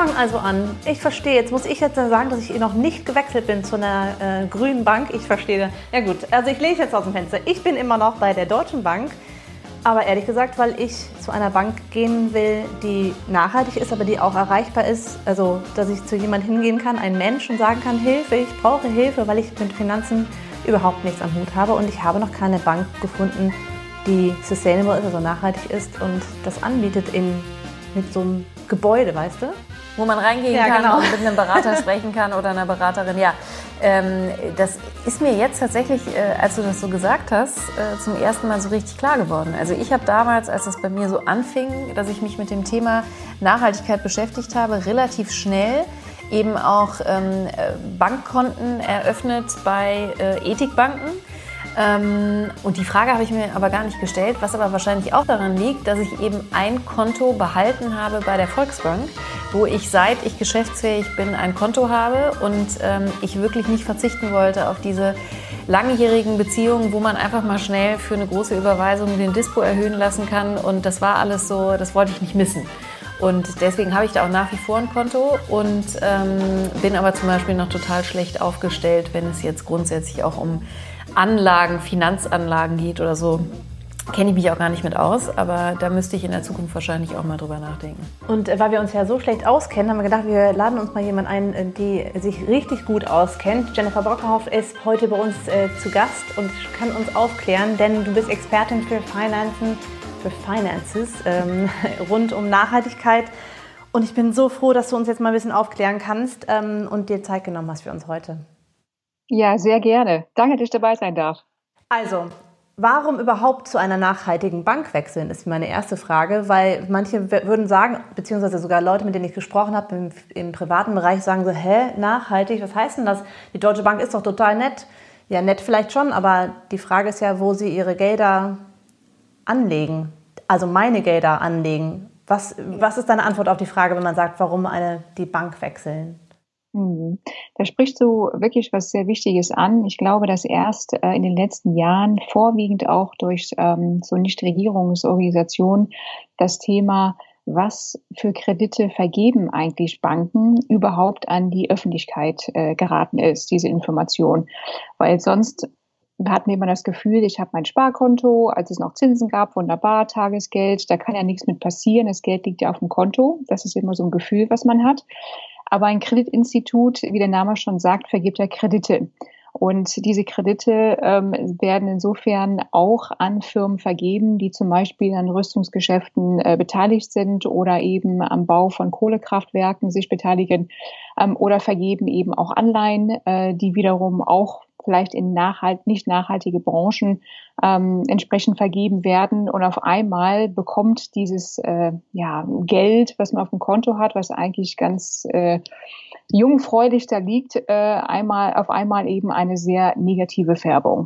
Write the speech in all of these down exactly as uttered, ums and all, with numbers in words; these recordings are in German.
fange also an. Ich verstehe, jetzt muss ich jetzt sagen, dass ich noch nicht gewechselt bin zu einer äh, grünen Bank. Ich verstehe. Ja gut, also ich lese jetzt aus dem Fenster. Ich bin immer noch bei der Deutschen Bank. Aber ehrlich gesagt, weil ich zu einer Bank gehen will, die nachhaltig ist, aber die auch erreichbar ist. Also, dass ich zu jemandem hingehen kann, ein Mensch, und sagen kann, Hilfe, ich brauche Hilfe, weil ich mit Finanzen überhaupt nichts am Hut habe. Und ich habe noch keine Bank gefunden, die sustainable ist, also nachhaltig ist und das anbietet in, mit so einem Gebäude, weißt du? Wo man reingehen ja, kann genau. und mit einem Berater sprechen kann oder einer Beraterin. Ja, ähm, das ist mir jetzt tatsächlich, äh, als du das so gesagt hast, äh, zum ersten Mal so richtig klar geworden. Also ich habe damals, als es bei mir so anfing, dass ich mich mit dem Thema Nachhaltigkeit beschäftigt habe, relativ schnell eben auch ähm, Bankkonten eröffnet bei äh, Ethikbanken. Ähm, und die Frage habe ich mir aber gar nicht gestellt, was aber wahrscheinlich auch daran liegt, dass ich eben ein Konto behalten habe bei der Volksbank, wo ich, seit ich geschäftsfähig bin, ein Konto habe und ähm, ich wirklich nicht verzichten wollte auf diese langjährigen Beziehungen, wo man einfach mal schnell für eine große Überweisung den Dispo erhöhen lassen kann, und das war alles so, das wollte ich nicht missen. Und deswegen habe ich da auch nach wie vor ein Konto und ähm, bin aber zum Beispiel noch total schlecht aufgestellt, wenn es jetzt grundsätzlich auch um Anlagen, Finanzanlagen geht oder so. Kenne ich mich auch gar nicht mit aus, aber da müsste ich in der Zukunft wahrscheinlich auch mal drüber nachdenken. Und äh, weil wir uns ja so schlecht auskennen, haben wir gedacht, wir laden uns mal jemanden ein, die sich richtig gut auskennt. Jennifer Brockhoff ist heute bei uns äh, zu Gast und kann uns aufklären, denn du bist Expertin für Finanzen, für Finances ähm, rund um Nachhaltigkeit. Und ich bin so froh, dass du uns jetzt mal ein bisschen aufklären kannst ähm, und dir Zeit genommen hast für uns heute. Ja, sehr gerne. Danke, dass ich dabei sein darf. Also, warum überhaupt zu einer nachhaltigen Bank wechseln, ist meine erste Frage, weil manche würden sagen, beziehungsweise sogar Leute, mit denen ich gesprochen habe im, im privaten Bereich, sagen so, hä, nachhaltig, was heißt denn das? Die Deutsche Bank ist doch total nett. Ja, nett vielleicht schon, aber die Frage ist ja, wo sie ihre Gelder anlegen, also meine Gelder anlegen. Was, was ist deine Antwort auf die Frage, wenn man sagt, warum eine, die Bank wechseln? Da sprichst du wirklich was sehr Wichtiges an. Ich glaube, dass erst äh, in den letzten Jahren vorwiegend auch durch ähm, so Nichtregierungsorganisationen das Thema, was für Kredite vergeben eigentlich Banken, überhaupt an die Öffentlichkeit äh, geraten ist, diese Information. Weil sonst hatten wir immer das Gefühl, ich habe mein Sparkonto, als es noch Zinsen gab, wunderbar, Tagesgeld, da kann ja nichts mit passieren, das Geld liegt ja auf dem Konto. Das ist immer so ein Gefühl, was man hat. Aber ein Kreditinstitut, wie der Name schon sagt, vergibt ja Kredite. Und diese Kredite ähm, werden insofern auch an Firmen vergeben, die zum Beispiel an Rüstungsgeschäften äh, beteiligt sind oder eben am Bau von Kohlekraftwerken sich beteiligen ähm, oder vergeben eben auch Anleihen, äh, die wiederum auch vielleicht in nachhalt, nicht nachhaltige Branchen ähm, entsprechend vergeben werden. Und auf einmal bekommt dieses äh, ja, Geld, was man auf dem Konto hat, was eigentlich ganz äh, jungfräulich da liegt, äh, einmal auf einmal eben eine sehr negative Färbung.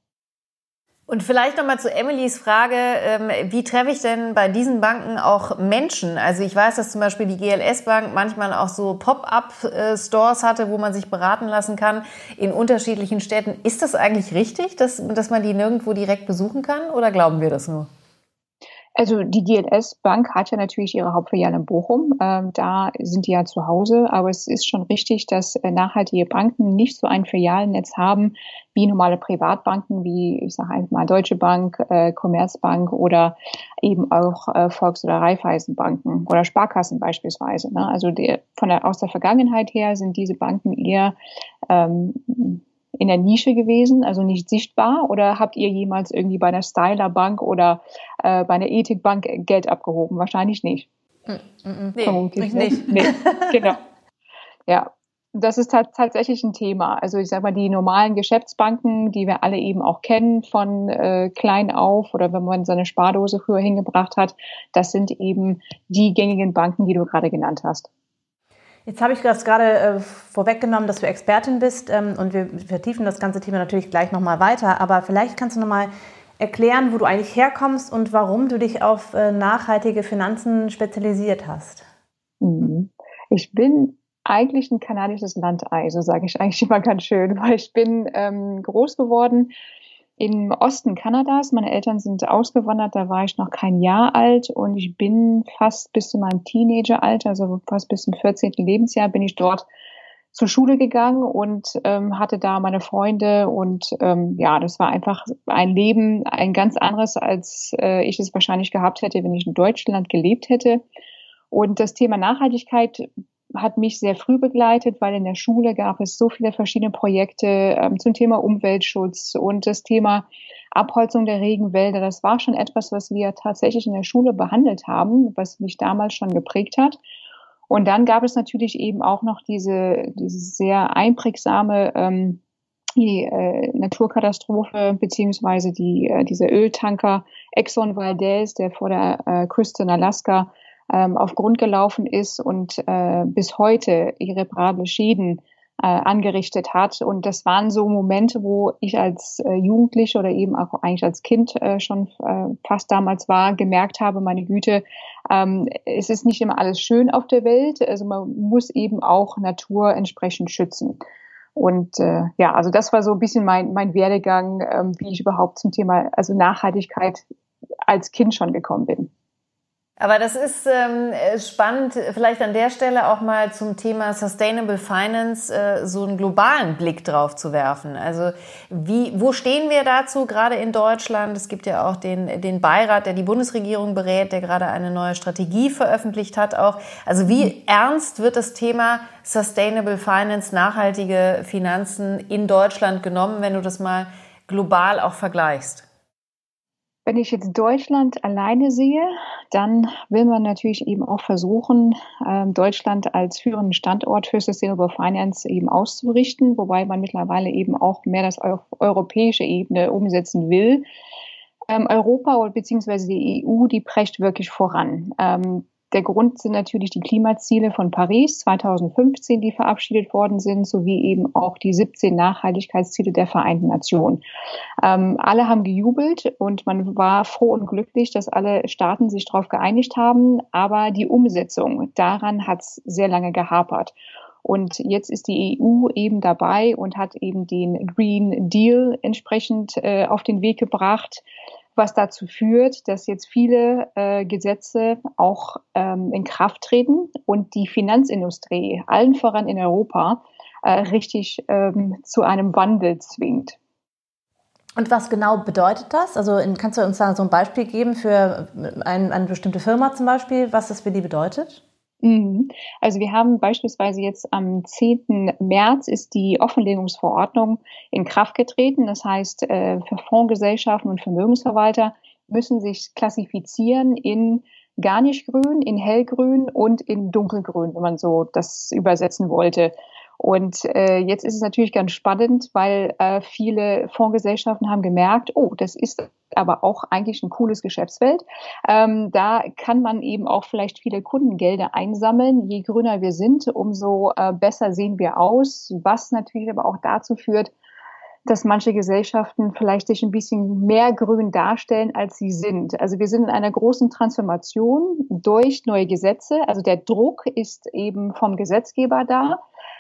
Und vielleicht nochmal zu Emilys Frage, ähm, wie treffe ich denn bei diesen Banken auch Menschen? Also ich weiß, dass zum Beispiel die G L S-Bank manchmal auch so Pop-up-Stores hatte, wo man sich beraten lassen kann in unterschiedlichen Städten. Ist das eigentlich richtig, dass, dass man die nirgendwo direkt besuchen kann, oder glauben wir das nur? Also die G L S-Bank hat ja natürlich ihre Hauptfiliale in Bochum. Ähm, da sind die ja zu Hause. Aber es ist schon richtig, dass äh, nachhaltige Banken nicht so ein Filialennetz haben wie normale Privatbanken, wie ich sage einmal Deutsche Bank, äh, Commerzbank oder eben auch äh, Volks- oder Raiffeisenbanken oder Sparkassen beispielsweise. Ne? Also die, von der, aus der Vergangenheit her sind diese Banken eher ähm, in der Nische gewesen, also nicht sichtbar? Oder habt ihr jemals irgendwie bei einer Styler Bank oder äh, bei einer Ethikbank Geld abgehoben? Wahrscheinlich nicht. Mm-mm. Nee, Vermutlich nicht. Nee, genau. Ja, das ist t- tatsächlich ein Thema. Also ich sage mal, die normalen Geschäftsbanken, die wir alle eben auch kennen von äh, klein auf oder wenn man seine Spardose früher hingebracht hat, das sind eben die gängigen Banken, die du gerade genannt hast. Jetzt habe ich das gerade äh, vorweggenommen, dass du Expertin bist ähm, und wir vertiefen das ganze Thema natürlich gleich nochmal weiter, aber vielleicht kannst du nochmal erklären, wo du eigentlich herkommst und warum du dich auf äh, nachhaltige Finanzen spezialisiert hast. Ich bin eigentlich ein kanadisches Landei, so sage ich eigentlich immer ganz schön, weil ich bin ähm, groß geworden im Osten Kanadas. Meine Eltern sind ausgewandert, da war ich noch kein Jahr alt und ich bin fast bis zu meinem Teenageralter, also fast bis zum vierzehnten Lebensjahr, bin ich dort zur Schule gegangen und ähm, hatte da meine Freunde und ähm, ja, das war einfach ein Leben, ein ganz anderes, als äh, ich es wahrscheinlich gehabt hätte, wenn ich in Deutschland gelebt hätte. Und das Thema Nachhaltigkeit hat mich sehr früh begleitet, weil in der Schule gab es so viele verschiedene Projekte ähm, zum Thema Umweltschutz und das Thema Abholzung der Regenwälder. Das war schon etwas, was wir tatsächlich in der Schule behandelt haben, was mich damals schon geprägt hat. Und dann gab es natürlich eben auch noch diese, diese sehr einprägsame ähm, die, äh, Naturkatastrophe beziehungsweise die, äh, dieser Öltanker Exxon Valdez, der vor der äh, Küste in Alaska ähm, auf Grund gelaufen ist und äh, bis heute irreparable Schäden äh, angerichtet hat. Und das waren so Momente, wo ich als äh, Jugendliche oder eben auch eigentlich als Kind äh, schon äh, fast damals war, gemerkt habe, meine Güte, ähm, es ist nicht immer alles schön auf der Welt. Also man muss eben auch Natur entsprechend schützen. Und äh, ja, also das war so ein bisschen mein, mein Werdegang, ähm, wie ich überhaupt zum Thema also Nachhaltigkeit als Kind schon gekommen bin. Aber das ist ähm, spannend, vielleicht an der Stelle auch mal zum Thema Sustainable Finance äh, so einen globalen Blick drauf zu werfen. Also wie, wo stehen wir dazu, gerade in Deutschland? Es gibt ja auch den, den Beirat, der die Bundesregierung berät, der gerade eine neue Strategie veröffentlicht hat auch. Also wie ernst wird das Thema Sustainable Finance, nachhaltige Finanzen in Deutschland genommen, wenn du das mal global auch vergleichst? Wenn ich jetzt Deutschland alleine sehe, dann will man natürlich eben auch versuchen, Deutschland als führenden Standort für Sustainable Finance eben auszurichten, wobei man mittlerweile eben auch mehr das auf europäische Ebene umsetzen will. Europa bzw. die E U, die prescht wirklich voran. Der Grund sind natürlich die Klimaziele von Paris zweitausendfünfzehn, die verabschiedet worden sind, sowie eben auch die siebzehn Nachhaltigkeitsziele der Vereinten Nationen. Ähm, alle haben gejubelt und man war froh und glücklich, dass alle Staaten sich darauf geeinigt haben. Aber die Umsetzung, daran hat es sehr lange gehapert. Und jetzt ist die E U eben dabei und hat eben den Green Deal entsprechend äh, auf den Weg gebracht, was dazu führt, dass jetzt viele äh, Gesetze auch ähm, in Kraft treten und die Finanzindustrie, allen voran in Europa, äh, richtig ähm, zu einem Wandel zwingt. Und was genau bedeutet das? Also kannst du uns da so ein Beispiel geben für ein, eine bestimmte Firma zum Beispiel, was das für die bedeutet? Also wir haben beispielsweise jetzt am zehnten März ist die Offenlegungsverordnung in Kraft getreten. Das heißt, für Fondsgesellschaften und Vermögensverwalter müssen sich klassifizieren in Garnischgrün, in Hellgrün und in Dunkelgrün, wenn man so das übersetzen wollte. Und äh, jetzt ist es natürlich ganz spannend, weil äh, viele Fondsgesellschaften haben gemerkt, oh, das ist aber auch eigentlich ein cooles Geschäftsfeld. Ähm, da kann man eben auch vielleicht viele Kundengelder einsammeln. Je grüner wir sind, umso äh, besser sehen wir aus, was natürlich aber auch dazu führt, dass manche Gesellschaften vielleicht sich ein bisschen mehr grün darstellen, als sie sind. Also wir sind in einer großen Transformation durch neue Gesetze. Also der Druck ist eben vom Gesetzgeber da.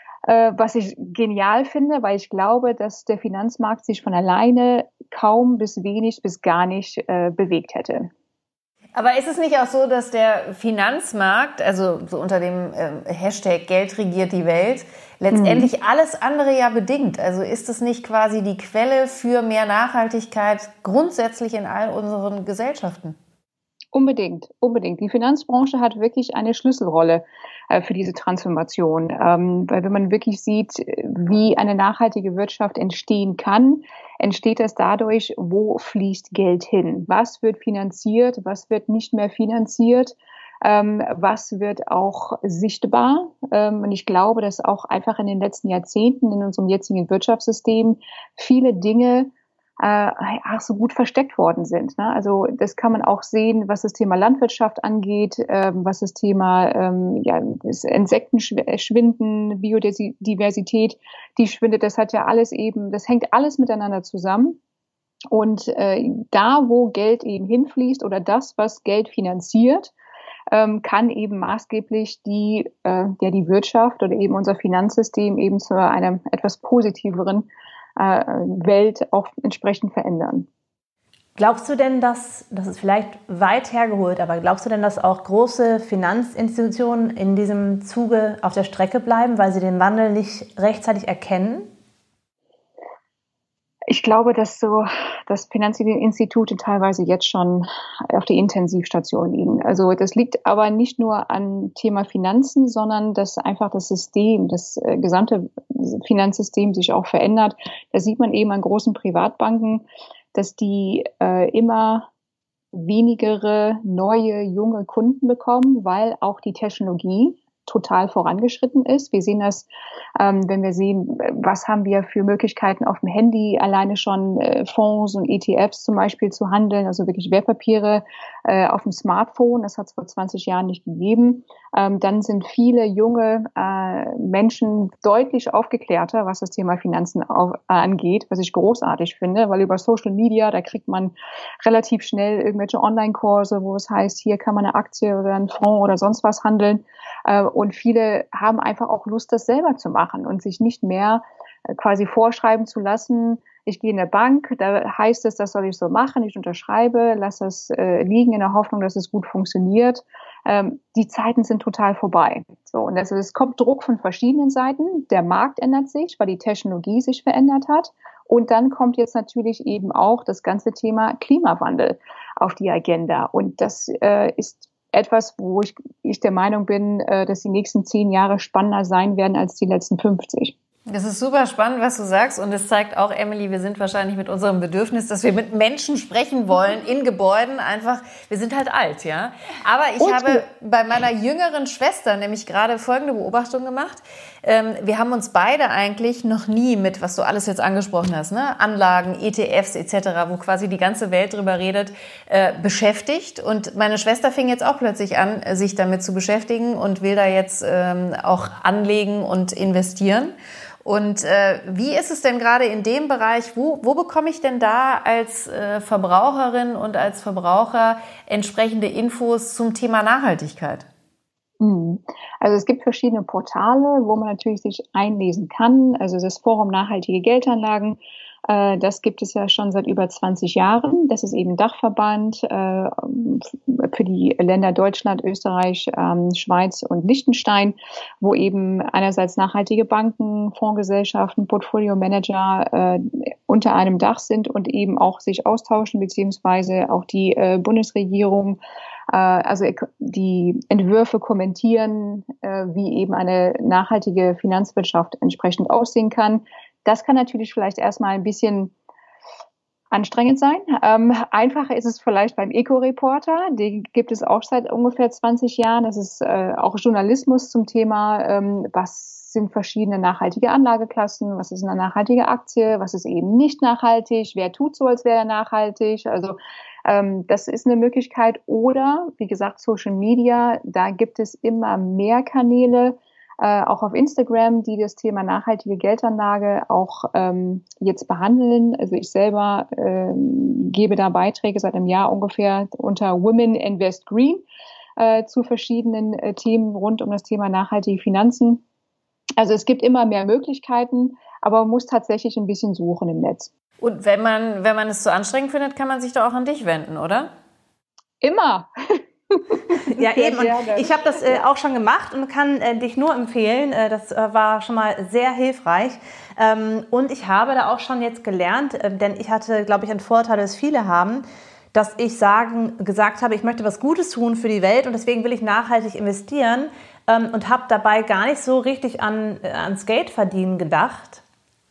Was ich genial finde, weil ich glaube, dass der Finanzmarkt sich von alleine kaum bis wenig bis gar nicht äh, bewegt hätte. Aber ist es nicht auch so, dass der Finanzmarkt, also so unter dem äh, Hashtag Geld regiert die Welt, letztendlich mhm. alles andere ja bedingt? Also ist es nicht quasi die Quelle für mehr Nachhaltigkeit grundsätzlich in all unseren Gesellschaften? Unbedingt, unbedingt. Die Finanzbranche hat wirklich eine Schlüsselrolle äh, für diese Transformation. Ähm, weil wenn man wirklich sieht, wie eine nachhaltige Wirtschaft entstehen kann, entsteht das dadurch, wo fließt Geld hin? Was wird finanziert? Was wird nicht mehr finanziert? Ähm, was wird auch sichtbar? Ähm, und ich glaube, dass auch einfach in den letzten Jahrzehnten in unserem jetzigen Wirtschaftssystem viele Dinge ach, so gut versteckt worden sind. Ne? Also das kann man auch sehen, was das Thema Landwirtschaft angeht, ähm, was das Thema ähm, ja, das Insektenschwinden, Biodiversität, die schwindet. Das hat ja alles eben, das hängt alles miteinander zusammen. Und äh, da, wo Geld eben hinfließt oder das, was Geld finanziert, ähm, kann eben maßgeblich die, äh, ja, die Wirtschaft oder eben unser Finanzsystem eben zu einem etwas positiveren äh, Welt auch entsprechend verändern. Glaubst du denn, dass, das ist vielleicht weit hergeholt, aber glaubst du denn, dass auch große Finanzinstitutionen in diesem Zuge auf der Strecke bleiben, weil sie den Wandel nicht rechtzeitig erkennen? Ich glaube, dass so dass Finanzinstitute teilweise jetzt schon auf der Intensivstation liegen. Also das liegt aber nicht nur am Thema Finanzen, sondern dass einfach das System, das äh, gesamte Finanzsystem sich auch verändert. Da sieht man eben an großen Privatbanken, dass die äh, immer wenigere neue, junge Kunden bekommen, weil auch die Technologie total vorangeschritten ist. Wir sehen das, ähm, wenn wir sehen, was haben wir für Möglichkeiten auf dem Handy, alleine schon äh, Fonds und E T Fs zum Beispiel zu handeln, also wirklich Wertpapiere äh, auf dem Smartphone. Das hat es vor zwanzig Jahren nicht gegeben. Ähm, dann sind viele junge äh, Menschen deutlich aufgeklärter, was das Thema Finanzen auf, äh, angeht, was ich großartig finde, weil über Social Media, da kriegt man relativ schnell irgendwelche Online-Kurse, wo es heißt, hier kann man eine Aktie oder einen Fonds oder sonst was handeln. Äh, und viele haben einfach auch Lust, das selber zu machen und sich nicht mehr äh, quasi vorschreiben zu lassen, ich gehe in eine Bank, da heißt es, das soll ich so machen, ich unterschreibe, lasse es äh, liegen in der Hoffnung, dass es gut funktioniert. Ähm, die Zeiten sind total vorbei. So, und also es kommt Druck von verschiedenen Seiten. Der Markt ändert sich, weil die Technologie sich verändert hat. Und dann kommt jetzt natürlich eben auch das ganze Thema Klimawandel auf die Agenda. Und das äh, ist etwas, wo ich, ich der Meinung bin, äh, dass die nächsten zehn Jahre spannender sein werden als die letzten fünfzig. Das ist super spannend, was du sagst. Und es zeigt auch, Emily, wir sind wahrscheinlich mit unserem Bedürfnis, dass wir mit Menschen sprechen wollen, in Gebäuden einfach, wir sind halt alt, ja. Aber ich Und habe bei meiner jüngeren Schwester nämlich gerade folgende Beobachtung gemacht. Ähm, wir haben uns beide eigentlich noch nie mit, was du alles jetzt angesprochen hast, ne, Anlagen, E T Fs et cetera, wo quasi die ganze Welt drüber redet, äh, beschäftigt. Und meine Schwester fing jetzt auch plötzlich an, sich damit zu beschäftigen und will da jetzt ähm, auch anlegen und investieren. Und äh, wie ist es denn gerade in dem Bereich, wo, wo bekomme ich denn da als äh, Verbraucherin und als Verbraucher entsprechende Infos zum Thema Nachhaltigkeit? Also es gibt verschiedene Portale, wo man natürlich sich einlesen kann. Also das Forum Nachhaltige Geldanlagen, äh, das gibt es ja schon seit über zwanzig Jahren. Das ist eben Dachverband äh, für die Länder Deutschland, Österreich, ähm, Schweiz und Liechtenstein, wo eben einerseits nachhaltige Banken, Fondsgesellschaften, Portfolio-Manager äh, unter einem Dach sind und eben auch sich austauschen, beziehungsweise auch die äh, Bundesregierung also die Entwürfe kommentieren, wie eben eine nachhaltige Finanzwirtschaft entsprechend aussehen kann. Das kann natürlich vielleicht erstmal ein bisschen anstrengend sein. Ähm, einfacher ist es vielleicht beim Eco-Reporter. Den gibt es auch seit ungefähr zwanzig Jahren. Das ist äh, auch Journalismus zum Thema, ähm, was sind verschiedene nachhaltige Anlageklassen, was ist eine nachhaltige Aktie, was ist eben nicht nachhaltig, wer tut so, als wäre er nachhaltig. Also ähm, das ist eine Möglichkeit. Oder, wie gesagt, Social Media, da gibt es immer mehr Kanäle, Äh, auch auf Instagram, die das Thema nachhaltige Geldanlage auch ähm, jetzt behandeln. Also ich selber ähm, gebe da Beiträge seit einem Jahr ungefähr unter Women Invest Green äh, zu verschiedenen äh, Themen rund um das Thema nachhaltige Finanzen. Also es gibt immer mehr Möglichkeiten, aber man muss tatsächlich ein bisschen suchen im Netz. Und wenn man, wenn man es zu anstrengend findet, kann man sich doch auch an dich wenden, oder? Immer. Ja, eben. Und ich habe das äh, auch schon gemacht und kann äh, dich nur empfehlen. Äh, das äh, war schon mal sehr hilfreich. Ähm, und ich habe da auch schon jetzt gelernt, äh, denn ich hatte, glaube ich, einen Vorteil, das viele haben, dass ich sagen, gesagt habe, ich möchte was Gutes tun für die Welt und deswegen will ich nachhaltig investieren ähm, und habe dabei gar nicht so richtig an, äh, ans Geldverdienen gedacht.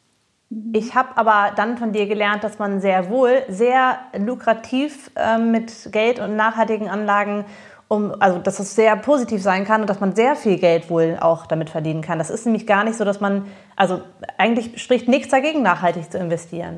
Ich habe aber dann von dir gelernt, dass man sehr wohl sehr lukrativ äh, mit Geld und nachhaltigen Anlagen, um, also dass es sehr positiv sein kann und dass man sehr viel Geld wohl auch damit verdienen kann. Das ist nämlich gar nicht so, dass man, also eigentlich spricht nichts dagegen, nachhaltig zu investieren.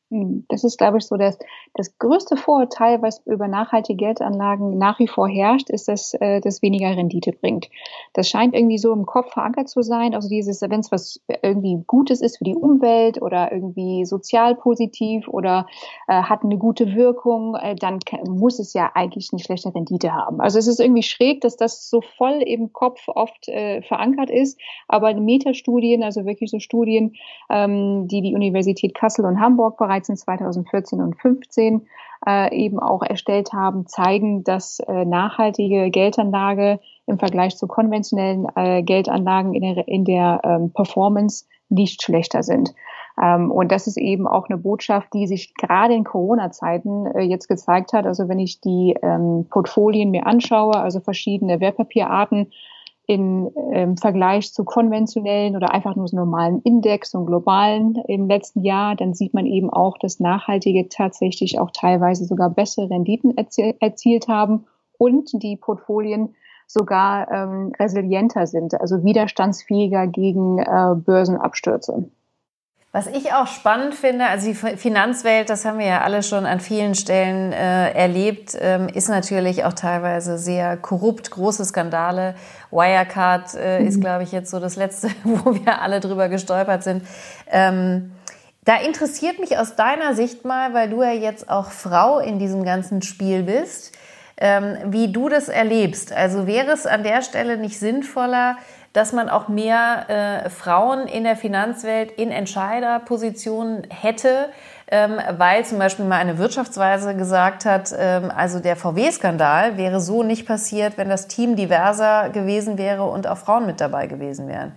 Das ist, glaube ich, so das, das größte Vorurteil, was über nachhaltige Geldanlagen nach wie vor herrscht, ist, dass äh, das weniger Rendite bringt. Das scheint irgendwie so im Kopf verankert zu sein. Also dieses, wenn es was irgendwie Gutes ist für die Umwelt oder irgendwie sozial positiv oder äh, hat eine gute Wirkung, äh, dann kann, muss es ja eigentlich eine schlechte Rendite haben. Also es ist irgendwie schräg, dass das so voll im Kopf oft äh, verankert ist. Aber Metastudien, also wirklich so Studien, ähm, die die Universität Kassel und Hamburg bereits in zweitausendvierzehn und fünfzehn äh, eben auch erstellt haben, zeigen, dass äh, nachhaltige Geldanlage im Vergleich zu konventionellen äh, Geldanlagen in der, in der ähm, Performance nicht schlechter sind. Ähm, und das ist eben auch eine Botschaft, die sich gerade in Corona-Zeiten äh, jetzt gezeigt hat. Also wenn ich die ähm, Portfolien mir anschaue, also verschiedene Wertpapierarten, in ähm, Vergleich zu konventionellen oder einfach nur so normalen Index und globalen im letzten Jahr, dann sieht man eben auch, dass Nachhaltige tatsächlich auch teilweise sogar bessere Renditen erzie- erzielt haben und die Portfolien sogar ähm, resilienter sind, also widerstandsfähiger gegen äh, Börsenabstürze. Was ich auch spannend finde, also die Finanzwelt, das haben wir ja alle schon an vielen Stellen äh, erlebt, ähm, ist natürlich auch teilweise sehr korrupt, große Skandale. Wirecard äh, mhm. ist, glaube ich, jetzt so das Letzte, wo wir alle drüber gestolpert sind. Ähm, da interessiert mich aus deiner Sicht mal, weil du ja jetzt auch Frau in diesem ganzen Spiel bist, ähm, wie du das erlebst. Also wäre es an der Stelle nicht sinnvoller, dass man auch mehr äh, Frauen in der Finanzwelt in Entscheiderpositionen hätte, ähm, weil zum Beispiel mal eine Wirtschaftsweise gesagt hat, ähm, also der V W-Skandal wäre so nicht passiert, wenn das Team diverser gewesen wäre und auch Frauen mit dabei gewesen wären.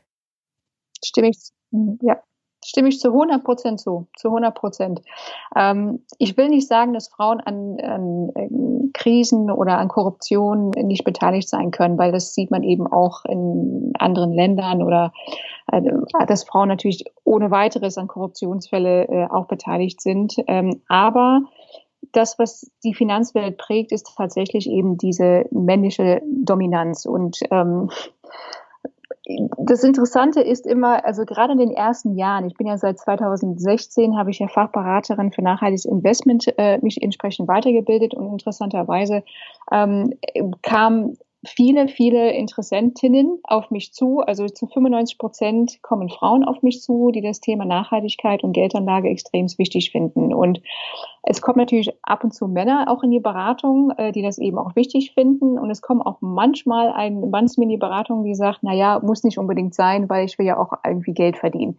Stimme ich, ja. Stimme ich zu hundert Prozent zu, zu hundert Prozent. Ähm, ich will nicht sagen, dass Frauen an, an Krisen oder an Korruption nicht beteiligt sein können, weil das sieht man eben auch in anderen Ländern oder äh, dass Frauen natürlich ohne weiteres an Korruptionsfälle äh, auch beteiligt sind. Ähm, aber das, was die Finanzwelt prägt, ist tatsächlich eben diese männliche Dominanz und ähm, das Interessante ist immer, also gerade in den ersten Jahren, ich bin ja seit zweitausendsechzehn, habe ich ja Fachberaterin für nachhaltiges Investment, äh, mich entsprechend weitergebildet und interessanterweise ähm, kam viele, viele Interessentinnen auf mich zu. Also zu fünfundneunzig Prozent kommen Frauen auf mich zu, die das Thema Nachhaltigkeit und Geldanlage extrem wichtig finden. Und es kommen natürlich ab und zu Männer auch in die Beratung, die das eben auch wichtig finden. Und es kommen auch manchmal ein Mann in die Beratung, die sagt, na ja, muss nicht unbedingt sein, weil ich will ja auch irgendwie Geld verdienen.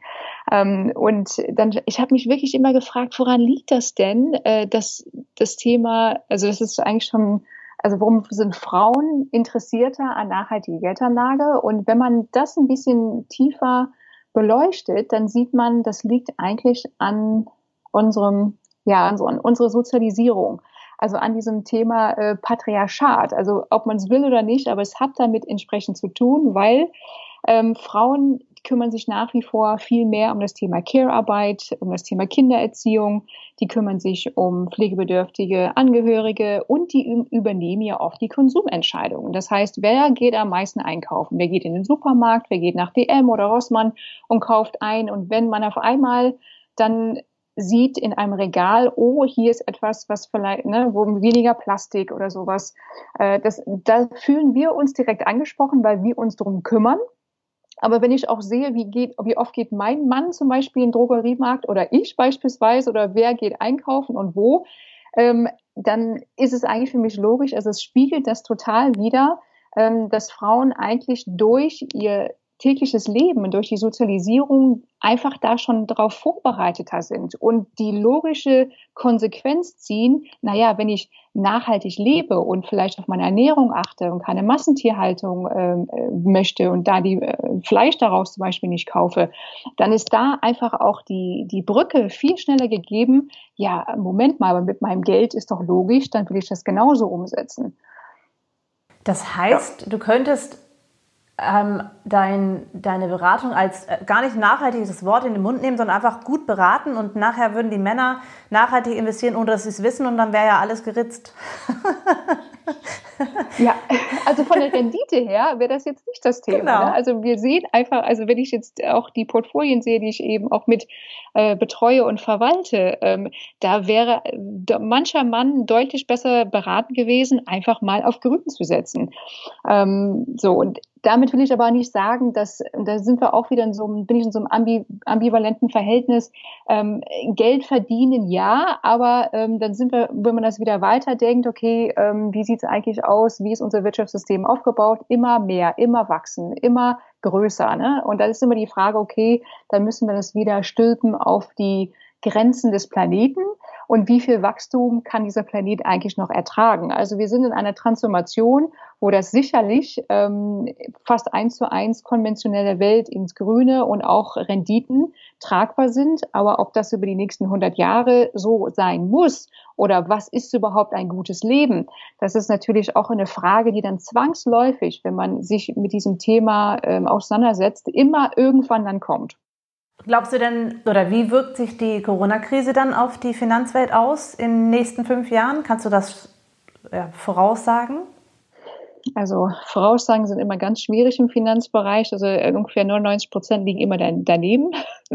Und dann, ich habe mich wirklich immer gefragt, woran liegt das denn, dass das Thema, also das ist eigentlich schon, also warum sind Frauen interessierter an nachhaltiger Geldanlage? Und wenn man das ein bisschen tiefer beleuchtet, dann sieht man, das liegt eigentlich an unserem, ja, an, an unserer Sozialisierung. Also an diesem Thema äh, Patriarchat. Also ob man es will oder nicht, aber es hat damit entsprechend zu tun, weil ähm, Frauen kümmern sich nach wie vor viel mehr um das Thema Care-Arbeit, um das Thema Kindererziehung. Die kümmern sich um pflegebedürftige Angehörige und die übernehmen ja oft die Konsumentscheidungen. Das heißt, wer geht am meisten einkaufen? Wer geht in den Supermarkt? Wer geht nach D M oder Rossmann und kauft ein? Und wenn man auf einmal dann sieht in einem Regal, oh, hier ist etwas, was vielleicht, ne, wo weniger Plastik oder sowas, äh, das, da fühlen wir uns direkt angesprochen, weil wir uns darum kümmern. Aber wenn ich auch sehe, wie geht, wie oft geht mein Mann zum Beispiel in den Drogeriemarkt oder ich beispielsweise oder wer geht einkaufen und wo, ähm, dann ist es eigentlich für mich logisch, also es spiegelt das total wider, ähm, dass Frauen eigentlich durch ihr tägliches Leben und durch die Sozialisierung einfach da schon darauf vorbereiteter sind und die logische Konsequenz ziehen, naja, wenn ich nachhaltig lebe und vielleicht auf meine Ernährung achte und keine Massentierhaltung äh, möchte und da die äh, Fleisch daraus zum Beispiel nicht kaufe, dann ist da einfach auch die, die Brücke viel schneller gegeben. Ja, Moment mal, aber mit meinem Geld ist doch logisch, dann will ich das genauso umsetzen. Das heißt, ja. Du könntest Ähm, dein, deine Beratung als äh, gar nicht nachhaltiges Wort in den Mund nehmen, sondern einfach gut beraten und nachher würden die Männer nachhaltig investieren, ohne dass sie es wissen und dann wäre ja alles geritzt. Ja, also von der Rendite her wäre das jetzt nicht das Thema. Genau. Ne? Also wir sehen einfach, also wenn ich jetzt auch die Portfolien sehe, die ich eben auch mit äh, betreue und verwalte, ähm, da wäre da mancher Mann deutlich besser beraten gewesen, einfach mal auf Grün zu setzen. Ähm, so, und damit will ich aber nicht sagen, dass, da sind wir auch wieder in so einem, bin ich in so einem ambi, ambivalenten Verhältnis, ähm, Geld verdienen, ja, aber ähm, dann sind wir, wenn man das wieder weiterdenkt, okay, ähm, wie sieht es eigentlich aus, wie ist unser Wirtschaftssystem aufgebaut, immer mehr, immer wachsen, immer größer, ne? Und da ist immer die Frage, okay, dann müssen wir das wieder stülpen auf die Grenzen des Planeten und wie viel Wachstum kann dieser Planet eigentlich noch ertragen. Also wir sind in einer Transformation, wo das sicherlich ähm, fast eins zu eins konventionelle Welt ins Grüne und auch Renditen tragbar sind. Aber ob das über die nächsten hundert Jahre so sein muss oder was ist überhaupt ein gutes Leben, das ist natürlich auch eine Frage, die dann zwangsläufig, wenn man sich mit diesem Thema ähm, auseinandersetzt, immer irgendwann dann kommt. Glaubst du denn, oder wie wirkt sich die Corona-Krise dann auf die Finanzwelt aus in den nächsten fünf Jahren? Kannst du das ja, voraussagen? Also Voraussagen sind immer ganz schwierig im Finanzbereich. Also ungefähr neunundneunzig Prozent liegen immer daneben.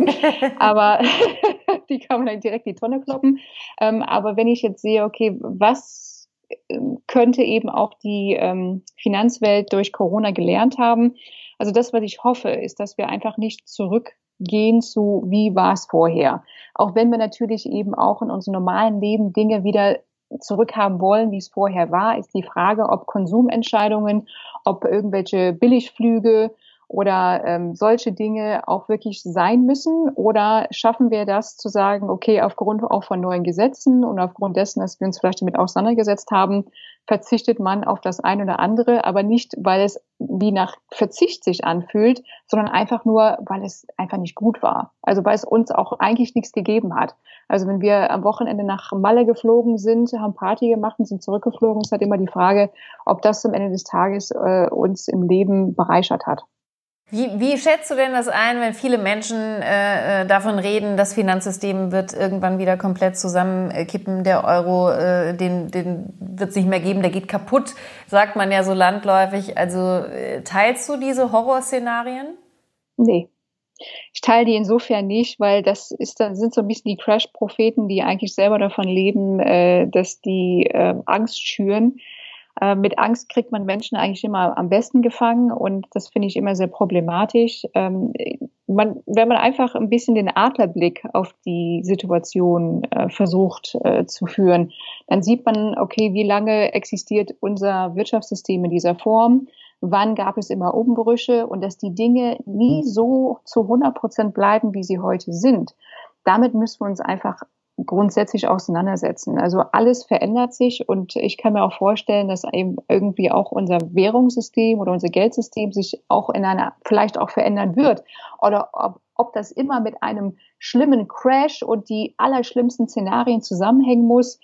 Aber die kann man dann direkt in die Tonne kloppen. Ähm, aber wenn ich jetzt sehe, okay, was könnte eben auch die ähm, Finanzwelt durch Corona gelernt haben? Also das, was ich hoffe, ist, dass wir einfach nicht zurückgehen zu, wie war es vorher. Auch wenn wir natürlich eben auch in unserem normalen Leben Dinge wieder zurückhaben wollen, wie es vorher war, ist die Frage, ob Konsumentscheidungen, ob irgendwelche Billigflüge oder ähm, solche Dinge auch wirklich sein müssen, oder schaffen wir das zu sagen, okay, aufgrund auch von neuen Gesetzen und aufgrund dessen, dass wir uns vielleicht damit auseinandergesetzt haben, verzichtet man auf das eine oder andere, aber nicht, weil es wie nach Verzicht sich anfühlt, sondern einfach nur, weil es einfach nicht gut war. Also weil es uns auch eigentlich nichts gegeben hat. Also wenn wir am Wochenende nach Malle geflogen sind, haben Party gemacht und sind zurückgeflogen, ist halt immer die Frage, ob das am Ende des Tages äh, uns im Leben bereichert hat. Wie, wie schätzt du denn das ein, wenn viele Menschen äh, davon reden, das Finanzsystem wird irgendwann wieder komplett zusammenkippen, der Euro, äh, den, den wird es nicht mehr geben, der geht kaputt, sagt man ja so landläufig. Also äh, teilst du diese Horrorszenarien? Nee. Ich teile die insofern nicht, weil das ist, dann sind so ein bisschen die Crash-Propheten, die eigentlich selber davon leben, äh, dass die äh, Angst schüren. Äh, mit Angst kriegt man Menschen eigentlich immer am besten gefangen, und das finde ich immer sehr problematisch. Ähm, man, wenn man einfach ein bisschen den Adlerblick auf die Situation äh, versucht äh, zu führen, dann sieht man, okay, wie lange existiert unser Wirtschaftssystem in dieser Form? Wann gab es immer Umbrüche, und dass die Dinge nie so zu hundert Prozent bleiben, wie sie heute sind. Damit müssen wir uns einfach grundsätzlich auseinandersetzen. Also alles verändert sich, und ich kann mir auch vorstellen, dass eben irgendwie auch unser Währungssystem oder unser Geldsystem sich auch in einer, vielleicht auch verändern wird. Oder ob, ob das immer mit einem schlimmen Crash und die allerschlimmsten Szenarien zusammenhängen muss.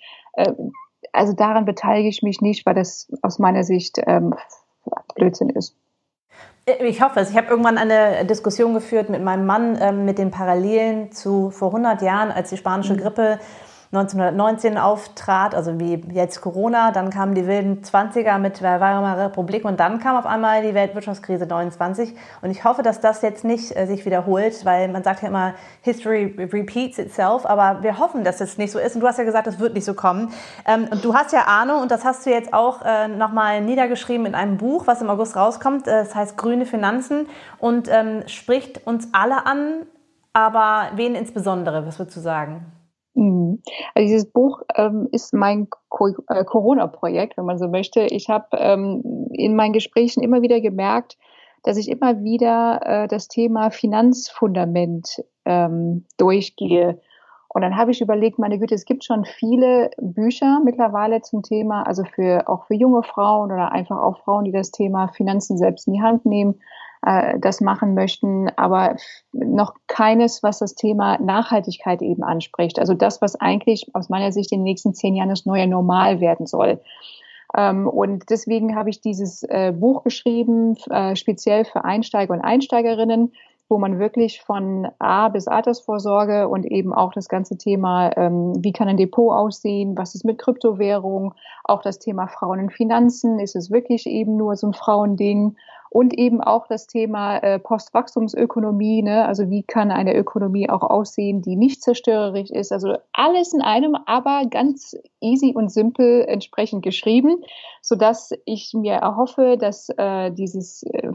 Also daran beteilige ich mich nicht, weil das aus meiner Sicht ähm, Blödsinn ist. Ich hoffe es. Ich habe irgendwann eine Diskussion geführt mit meinem Mann ähm, mit den Parallelen zu vor hundert Jahren, als die spanische Grippe neunzehnhundertneunzehn auftrat, also wie jetzt Corona. Dann kamen die wilden Zwanziger mit der Weimarer Republik, und dann kam auf einmal die Weltwirtschaftskrise neunundzwanzig. Und ich hoffe, dass das jetzt nicht äh, sich wiederholt, weil man sagt ja immer, History repeats itself, aber wir hoffen, dass es nicht so ist. Und du hast ja gesagt, es wird nicht so kommen. Ähm, und du hast ja Ahnung, und das hast du jetzt auch äh, nochmal niedergeschrieben in einem Buch, was im August rauskommt. Äh, das heißt Grüne Finanzen, und ähm, spricht uns alle an, aber wen insbesondere? Was würdest du sagen? Also dieses Buch ähm, ist mein Co- äh, Corona-Projekt, wenn man so möchte. Ich habe ähm, in meinen Gesprächen immer wieder gemerkt, dass ich immer wieder äh, das Thema Finanzfundament ähm, durchgehe. Und dann habe ich überlegt, meine Güte, es gibt schon viele Bücher mittlerweile zum Thema, also für auch für junge Frauen oder einfach auch Frauen, die das Thema Finanzen selbst in die Hand nehmen, äh, das machen möchten, aber noch keines, was das Thema Nachhaltigkeit eben anspricht. Also das, was eigentlich aus meiner Sicht in den nächsten zehn Jahren das neue Normal werden soll. Ähm, und deswegen habe ich dieses äh, Buch geschrieben, äh, speziell für Einsteiger und Einsteigerinnen, wo man wirklich von A bis Altersvorsorge und eben auch das ganze Thema, ähm, wie kann ein Depot aussehen, was ist mit Kryptowährung, auch das Thema Frauen in Finanzen, ist es wirklich eben nur so ein Frauending und eben auch das Thema äh, Postwachstumsökonomie, ne? Also wie kann eine Ökonomie auch aussehen, die nicht zerstörerisch ist, also alles in einem, aber ganz easy und simpel entsprechend geschrieben, sodass ich mir erhoffe, dass äh, dieses äh,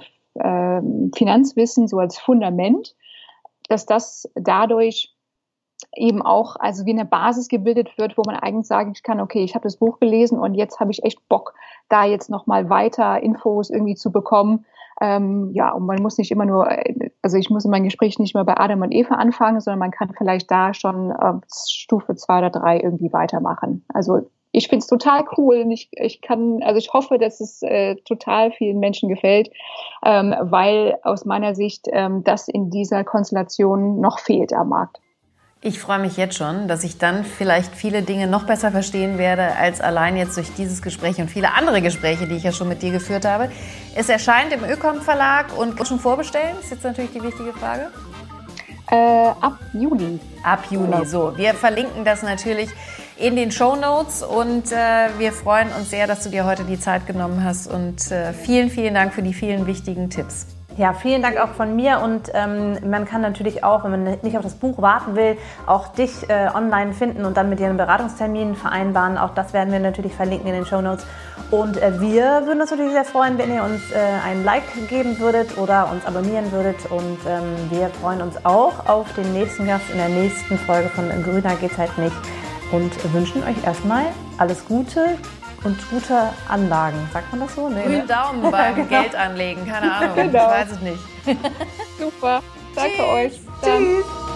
Finanzwissen so als Fundament, dass das dadurch eben auch also wie eine Basis gebildet wird, wo man eigentlich sagen kann, okay, ich habe das Buch gelesen und jetzt habe ich echt Bock, da jetzt nochmal weiter Infos irgendwie zu bekommen. Ähm, ja, und man muss nicht immer nur, also ich muss in meinem Gespräch nicht mehr bei Adam und Eva anfangen, sondern man kann vielleicht da schon äh, Stufe zwei oder drei irgendwie weitermachen. Also ich finde es total cool und ich, ich kann, also ich hoffe, dass es äh, total vielen Menschen gefällt, ähm, weil aus meiner Sicht ähm, das in dieser Konstellation noch fehlt am Markt. Ich freue mich jetzt schon, dass ich dann vielleicht viele Dinge noch besser verstehen werde, als allein jetzt durch dieses Gespräch und viele andere Gespräche, die ich ja schon mit dir geführt habe. Es erscheint im Ökom Verlag und schon vorbestellen, ist jetzt natürlich die wichtige Frage. Äh, ab Juli. Ab Juli, so. Wir verlinken das natürlich in den Shownotes und äh, wir freuen uns sehr, dass du dir heute die Zeit genommen hast und äh, vielen, vielen Dank für die vielen wichtigen Tipps. Ja, vielen Dank auch von mir und ähm, man kann natürlich auch, wenn man nicht auf das Buch warten will, auch dich äh, online finden und dann mit dir einen Beratungstermin vereinbaren. Auch das werden wir natürlich verlinken in den Shownotes. Und äh, wir würden uns natürlich sehr freuen, wenn ihr uns äh, ein Like geben würdet oder uns abonnieren würdet. Und ähm, wir freuen uns auch auf den nächsten Gast in der nächsten Folge von Grüner geht's halt nicht. Und wünschen euch erstmal alles Gute und gute Anlagen. Sagt man das so? Nee, Grünen ne? Daumen beim Genau. Geld anlegen, keine Ahnung, Genau. ich weiß es nicht. Super, danke Tschüss. euch. Dann. Tschüss.